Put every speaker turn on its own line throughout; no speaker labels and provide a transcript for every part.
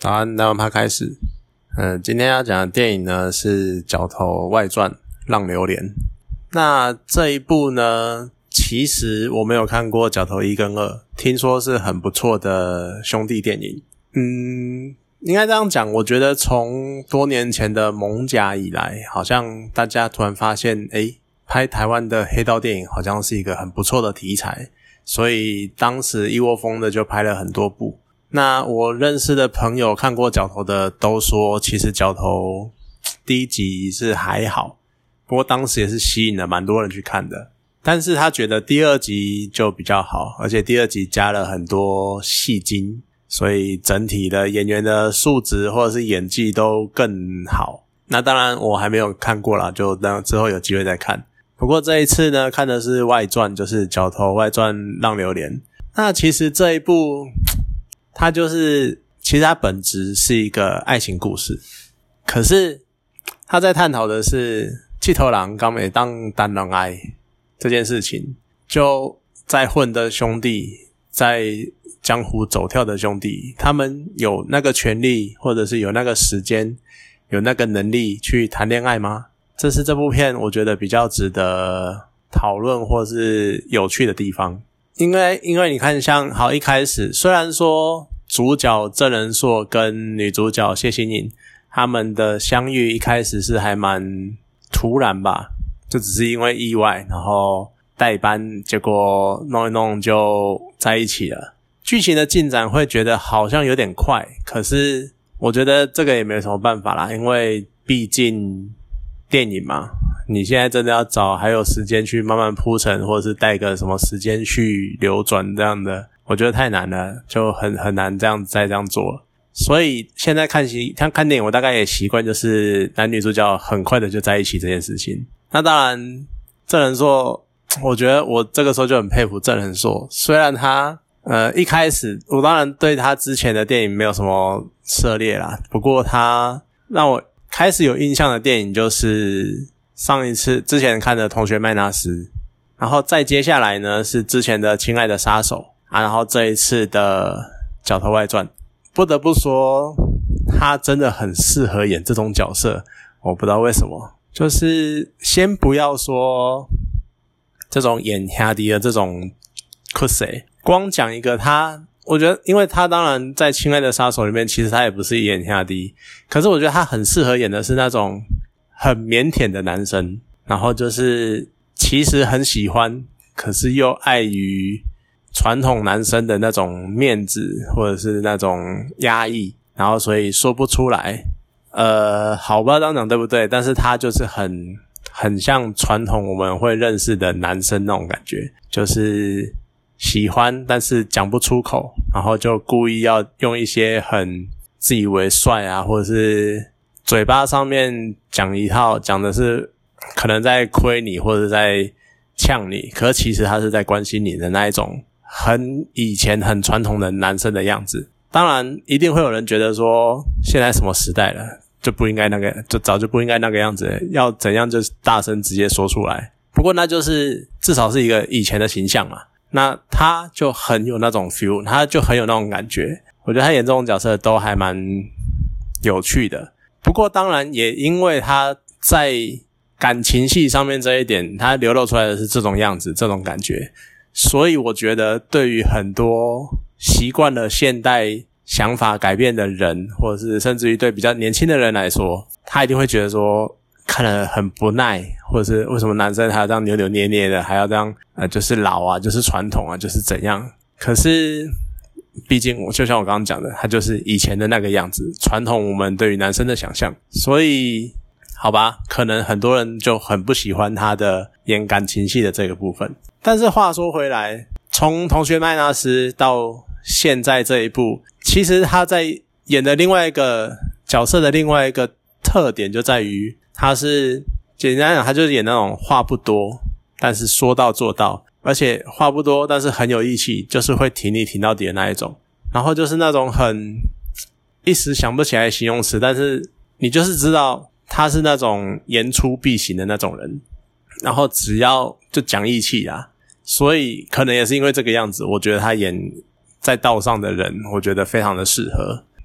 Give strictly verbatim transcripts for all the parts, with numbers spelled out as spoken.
早安，那我们开始。嗯，今天要讲的电影呢是《角头外传：浪流连》。那这一部呢，其实我没有看过《角头一》跟二，听说是很不错的兄弟电影。嗯，应该这样讲，我觉得从多年前的艋舺以来，好像大家突然发现，诶，拍台湾的黑道电影好像是一个很不错的题材，所以当时一窝蜂的就拍了很多部。那我认识的朋友看过角头的都说，其实角头第一集是还好，不过当时也是吸引了蛮多人去看的，但是他觉得第二集就比较好，而且第二集加了很多戏精，所以整体的演员的素质或者是演技都更好。那当然我还没有看过啦，就等之后有机会再看。不过这一次呢，看的是外传，就是角头外传浪流连。那其实这一部它就是其实它本质是一个爱情故事，可是他在探讨的是气头人敢会当单人爱这件事情，就在混的兄弟，在江湖走跳的兄弟，他们有那个权利或者是有那个时间有那个能力去谈恋爱吗？这是这部片我觉得比较值得讨论或是有趣的地方。因为因为你看，像好一开始虽然说主角郑人硕跟女主角谢欣颖他们的相遇一开始是还蛮突然吧，就只是因为意外，然后代班，结果弄一弄就在一起了。剧情的进展会觉得好像有点快，可是我觉得这个也没有什么办法啦，因为毕竟电影嘛，你现在真的要找还有时间去慢慢铺陈，或者是带个什么时间去流转这样的，我觉得太难了，就很很难这样再这样做了。所以现在看习像看电影，我大概也习惯就是男女主角很快的就在一起这件事情。那当然郑人硕，我觉得我这个时候就很佩服郑人硕，虽然他呃一开始我当然对他之前的电影没有什么涉猎啦，不过他让我开始有印象的电影就是上一次之前看的同学麦纳斯，然后再接下来呢是之前的亲爱的杀手啊，然后这一次的角头外传。不得不说他真的很适合演这种角色，我不知道为什么，就是先不要说这种演兄弟的这种酷谁，光讲一个他，我觉得因为他当然在亲爱的杀手里面其实他也不是演兄弟，可是我觉得他很适合演的是那种很腼腆的男生，然后就是其实很喜欢，可是又碍于传统男生的那种面子或者是那种压抑，然后所以说不出来。呃，好，不知道这样讲对不对，但是他就是很很像传统我们会认识的男生那种感觉，就是喜欢但是讲不出口，然后就故意要用一些很自以为帅啊，或者是嘴巴上面讲一套，讲的是可能在亏你或者在呛你，可是其实他是在关心你的那一种很以前很传统的男生的样子。当然一定会有人觉得说现在什么时代了，就不应该那个，就早就不应该那个样子了，要怎样就大声直接说出来。不过那就是至少是一个以前的形象嘛，那他就很有那种 feel， 他就很有那种感觉，我觉得他演这种角色都还蛮有趣的。不过当然也因为他在感情戏上面这一点他流露出来的是这种样子，这种感觉，所以我觉得对于很多习惯了现代想法改变的人，或者是甚至于对比较年轻的人来说，他一定会觉得说看了很不耐，或者是为什么男生还要这样扭扭捏捏的，还要这样呃，就是老啊，就是传统啊，就是怎样。可是毕竟我就像我刚刚讲的，他就是以前的那个样子，传统我们对于男生的想象，所以好吧，可能很多人就很不喜欢他的演感情戏的这个部分。但是话说回来，从同学麦纳斯到现在这一部，其实他在演的另外一个角色的另外一个特点就在于他是简单讲，他就是演那种话不多但是说到做到，而且话不多但是很有义气，就是会挺你挺到底的那一种。然后就是那种很一时想不起来形容词，但是你就是知道他是那种言出必行的那种人，然后只要就讲义气啊，所以可能也是因为这个样子，我觉得他演在道上的人我觉得非常的适合。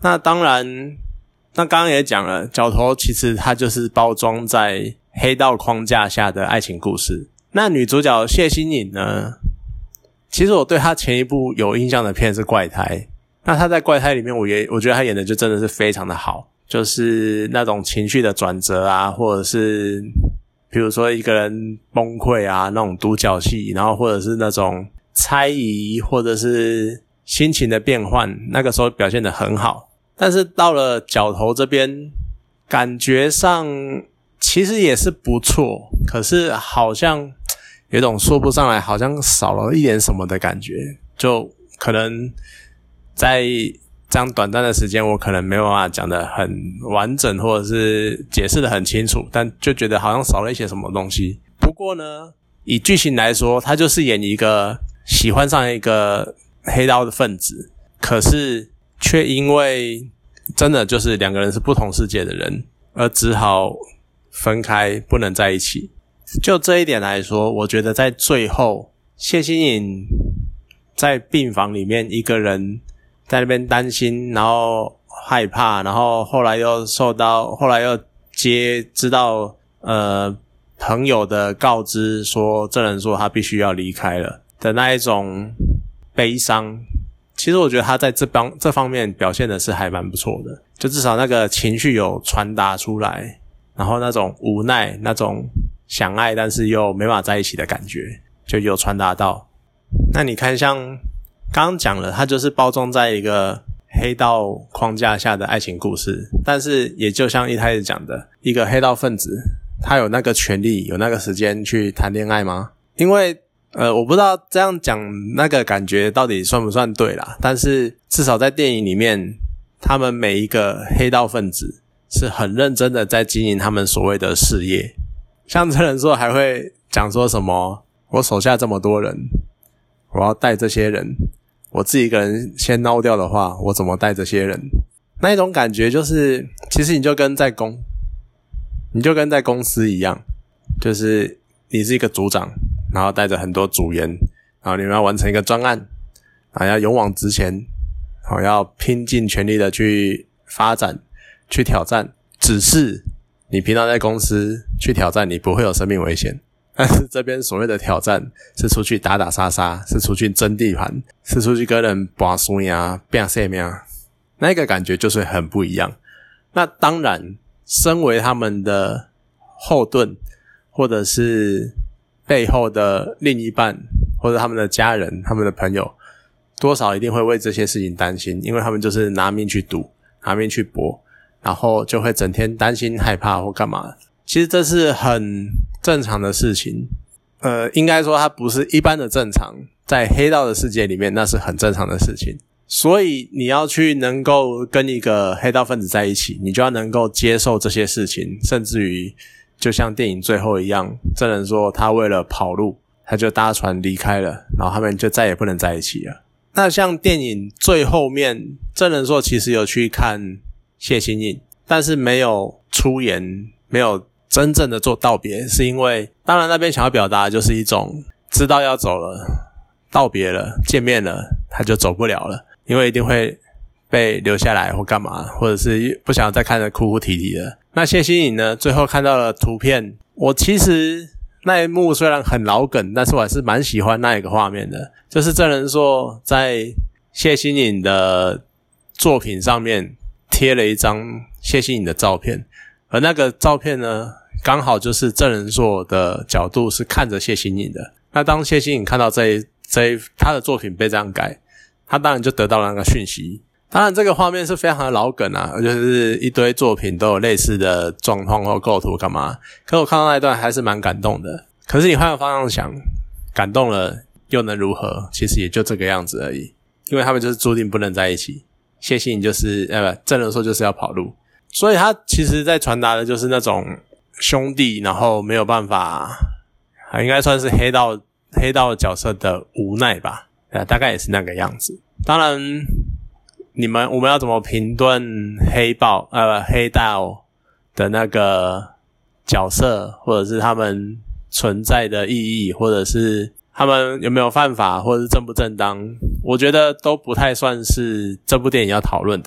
那当然，那刚刚也讲了，角头其实它就是包装在黑道框架下的爱情故事。那女主角谢欣颖呢，其实我对她前一部有印象的片是怪胎。那她在怪胎里面，我也我觉得她演的就真的是非常的好，就是那种情绪的转折啊，或者是比如说一个人崩溃啊，那种独角戏，然后或者是那种猜疑，或者是心情的变换，那个时候表现得很好。但是到了角头这边，感觉上其实也是不错，可是好像有种说不上来，好像少了一点什么的感觉。就可能在这样短暂的时间，我可能没有办法讲得很完整，或者是解释得很清楚，但就觉得好像少了一些什么东西。不过呢，以剧情来说，他就是演一个喜欢上一个黑道的分子，可是却因为真的就是两个人是不同世界的人，而只好分开，不能在一起。就这一点来说，我觉得在最后，谢欣颖在病房里面一个人在那边担心，然后害怕，然后后来又受到，后来又接知道呃朋友的告知说，这人说他必须要离开了的那一种悲伤。其实我觉得他在这方这方面表现的是还蛮不错的，就至少那个情绪有传达出来，然后那种无奈，那种想爱但是又没办法在一起的感觉就有传达到。那你看像刚刚讲了，它就是包装在一个黑道框架下的爱情故事，但是也就像一开始讲的，一个黑道分子他有那个权利有那个时间去谈恋爱吗？因为呃，我不知道这样讲那个感觉到底算不算对啦，但是至少在电影里面，他们每一个黑道分子是很认真的在经营他们所谓的事业。像这人说还会讲说什么，我手下这么多人，我要带这些人，我自己一个人先孬掉的话，我怎么带这些人？那一种感觉就是，其实你就跟在公，你就跟在公司一样，就是你是一个组长，然后带着很多组员，然后你们要完成一个专案，然后要勇往直前，然后要拼尽全力的去发展，去挑战。只是你平常在公司去挑战，你不会有生命危险。但是这边所谓的挑战是出去打打杀杀，是出去争地盘，是出去跟人拔输呀、变色呀，那个感觉就是很不一样。那当然，身为他们的后盾，或者是背后的另一半，或者他们的家人、他们的朋友，多少一定会为这些事情担心，因为他们就是拿命去赌，拿命去搏，然后就会整天担心、害怕或干嘛。其实这是很正常的事情，呃，应该说它不是一般的正常，在黑道的世界里面，那是很正常的事情。所以你要去能够跟一个黑道分子在一起，你就要能够接受这些事情，甚至于就像电影最后一样，证人说他为了跑路，他就搭船离开了，然后他们就再也不能在一起了。那像电影最后面，证人说其实有去看谢欣颖，但是没有出言，没有真正的做道别，是因为当然那边想要表达的就是一种知道要走了，道别了，见面了，他就走不了了，因为一定会被留下来或干嘛，或者是不想再看着哭哭啼啼的。那谢欣颖呢，最后看到了图片，我其实那一幕虽然很老梗，但是我还是蛮喜欢那一个画面的，就是证人说在谢欣颖的作品上面贴了一张谢欣颖的照片，而那个照片呢刚好就是证人说的角度是看着谢欣颖的。那当谢欣颖看到这一这一他的作品被这样改，他当然就得到了那个讯息。当然这个画面是非常的老梗啊，就是一堆作品都有类似的状况或构图干嘛，可是我看到那一段还是蛮感动的。可是你换个方向想，感动了又能如何？其实也就这个样子而已，因为他们就是注定不能在一起。谢欣颖就是呃，证人说就是要跑路，所以他其实在传达的就是那种兄弟，然后没有办法，应该算是黑道黑道角色的无奈吧，大概也是那个样子。当然你们我们要怎么评论黑豹呃黑道的那个角色，或者是他们存在的意义，或者是他们有没有犯法，或者是正不正当，我觉得都不太算是这部电影要讨论的。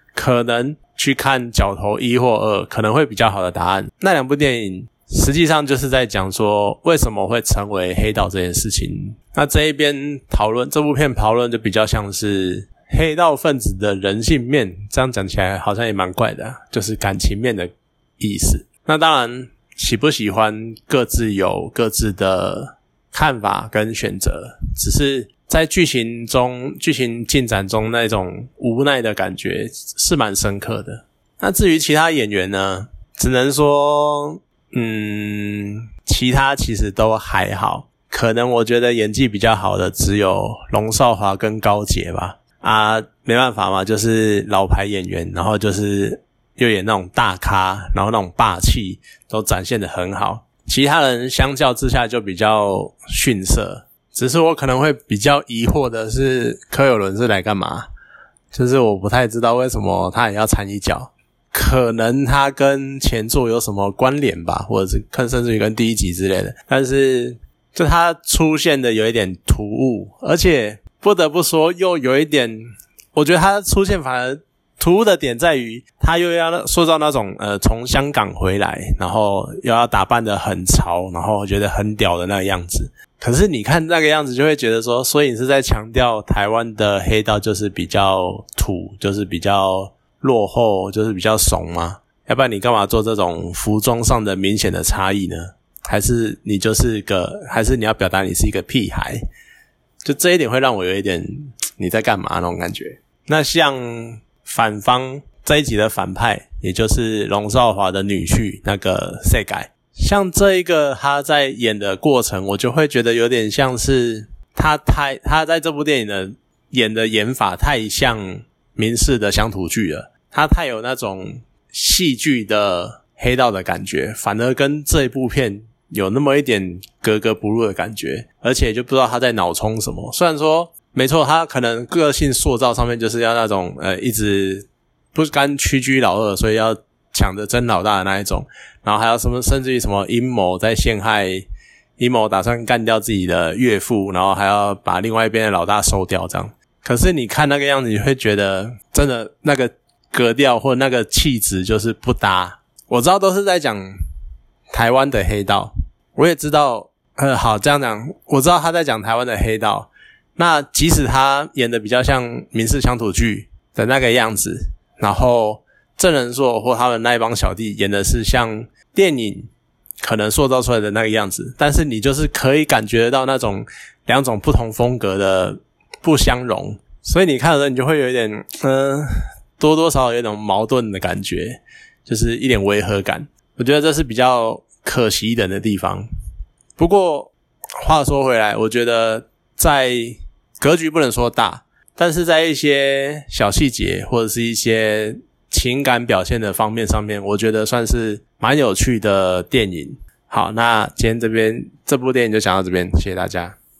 可能去看角头一或二可能会比较好的答案。那两部电影实际上就是在讲说为什么会成为黑道这件事情。那这一边讨论这部片讨论就比较像是黑道分子的人性面，这样讲起来好像也蛮怪的啊，就是感情面的意思。那当然喜不喜欢各自有各自的看法跟选择，只是在剧情中剧情进展中那种无奈的感觉是蛮深刻的。那至于其他演员呢，只能说嗯，其他其实都还好，可能我觉得演技比较好的只有龙少华跟高捷吧。啊，没办法嘛，就是老牌演员，然后就是又演那种大咖，然后那种霸气都展现得很好。其他人相较之下就比较逊色，只是我可能会比较疑惑的是柯有伦是来干嘛，就是我不太知道为什么他也要掺一脚，可能他跟前作有什么关联吧，或者是甚至于跟第一集之类的，但是就他出现的有一点突兀，而且不得不说又有一点，我觉得他出现反而突兀的点在于他又要塑造那种呃从香港回来，然后又要打扮得很潮，然后觉得很屌的那个样子。可是你看那个样子就会觉得说，所以你是在强调台湾的黑道就是比较土，就是比较落后，就是比较怂吗？要不然你干嘛做这种服装上的明显的差异呢？还是你就是个还是你要表达你是一个屁孩？就这一点会让我有一点你在干嘛那种感觉。那像反方这一集的反派，也就是龙少华的女婿那个世界，像这一个他在演的过程，我就会觉得有点像是他太他在这部电影的演的演法太像民视的乡土剧了，他太有那种戏剧的黑道的感觉，反而跟这一部片有那么一点格格不入的感觉，而且就不知道他在脑冲什么。虽然说没错，他可能个性塑造上面就是要那种呃一直不甘屈居老二，所以要抢着争老大的那一种，然后还有什么甚至于什么阴谋在陷害，阴谋打算干掉自己的岳父，然后还要把另外一边的老大收掉这样。可是你看那个样子，你会觉得真的那个格调或那个气质就是不搭。我知道都是在讲台湾的黑道，我也知道呃，好这样讲，我知道他在讲台湾的黑道，那即使他演的比较像民视乡土剧的那个样子，然后郑人硕或他们那一帮小弟演的是像电影可能塑造出来的那个样子，但是你就是可以感觉得到那种两种不同风格的不相容，所以你看的时候你就会有一点嗯、呃，多多少少有一种矛盾的感觉，就是一点违和感。我觉得这是比较可惜的的地方。不过话说回来，我觉得在格局不能说大，但是在一些小细节或者是一些情感表现的方面上面，我觉得算是蛮有趣的电影。好，那今天这边这部电影就讲到这边，谢谢大家。